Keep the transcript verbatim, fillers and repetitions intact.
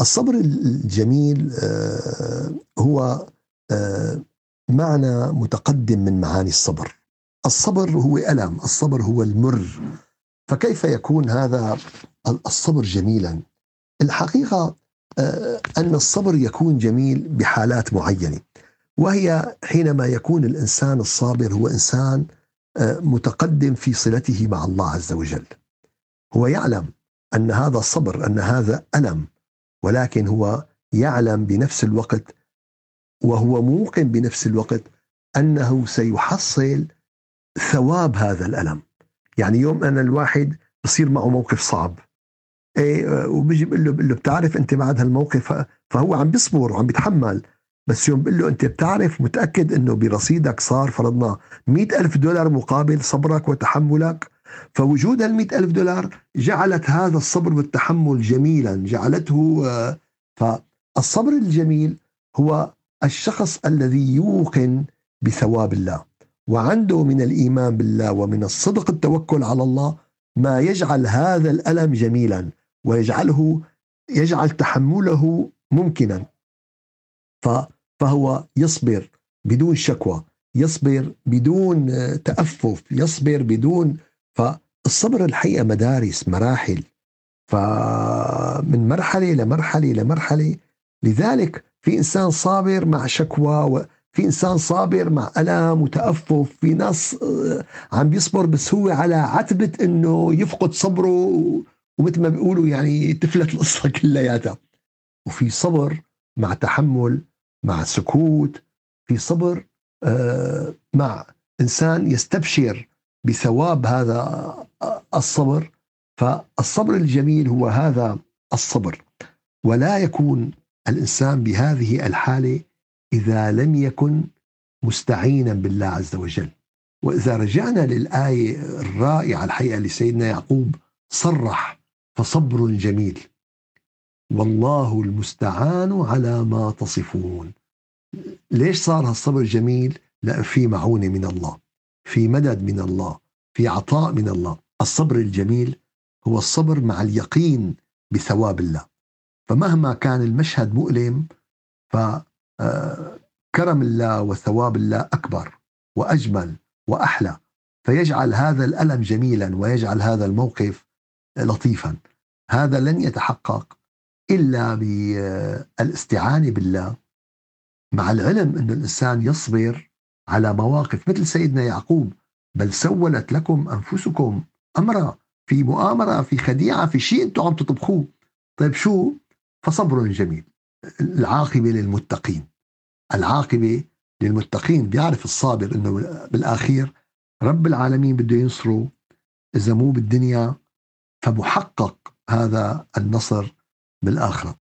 الصبر الجميل آه، هو آه، معنى متقدم من معاني الصبر. الصبر هو ألم، الصبر هو المر. فكيف يكون هذا الصبر جميلا؟ الحقيقة آه، أن الصبر يكون جميل بحالات معينة، وهي حينما يكون الإنسان الصابر هو إنسان آه، متقدم في صلته مع الله عز وجل. هو يعلم أن هذا الصبر، أن هذا ألم، ولكن هو يعلم بنفس الوقت وهو موقن بنفس الوقت أنه سيحصل ثواب هذا الألم. يعني يوم أن الواحد بصير معه موقف صعب، إيه، وبيجي بقول له, بقول له بتعرف أنت بعد هالموقف، فهو عم بيصبر وعم بيتحمل. بس يوم بقول له أنت بتعرف متأكد أنه برصيدك صار فرضنا مئة ألف دولار مقابل صبرك وتحملك، فوجود هالمئة ألف دولار جعلت هذا الصبر والتحمل جميلا، جعلته آه، فالصبر الجميل هو الشخص الذي يوقن بثواب الله، وعنده من الإيمان بالله ومن الصدق التوكل على الله ما يجعل هذا الألم جميلا، ويجعله يجعل تحمله ممكنا. فهو يصبر بدون شكوى، يصبر بدون تأفف، يصبر بدون. فالصبر الحقيقة مدارس، مراحل، فمن مرحلة لمرحلة لمرحلة. لذلك في إنسان صابر مع شكوى، وفي إنسان صابر مع ألم وتأفف، في ناس عم بيصبر بس هو على عتبة إنه يفقد صبره، ومثل ما بيقولوا يعني تفلت القصة كلياتها. وفي صبر مع تحمل، مع سكوت، في صبر آه مع إنسان يستبشر بثواب هذا الصبر. فالصبر الجميل هو هذا الصبر. ولا يكون الإنسان بهذه الحالة إذا لم يكن مستعينا بالله عز وجل. وإذا رجعنا للآية الرائعة الحقيقة لسيدنا يعقوب صرح: فصبر جميل والله المستعان على ما تصفون. ليش صار هالصبر جميل؟ لأن في معونة من الله، في مدد من الله، في عطاء من الله. الصبر الجميل هو الصبر مع اليقين بثواب الله. فمهما كان المشهد مؤلم، فكرم الله وثواب الله أكبر وأجمل وأحلى، فيجعل هذا الألم جميلا ويجعل هذا الموقف لطيفا. هذا لن يتحقق إلا بالاستعانة بالله، مع العلم أن الإنسان يصبر على مواقف مثل سيدنا يعقوب: بل سولت لكم أنفسكم أمرا، في مؤامرة، في خديعة، في شيء أنتم عم تطبخوه. طيب شو؟ فصبر جميل. العاقبة للمتقين، العاقبة للمتقين. بيعرف الصابر أنه بالآخير رب العالمين بده ينصره، إذا مو بالدنيا فمحقق هذا النصر بالآخرة.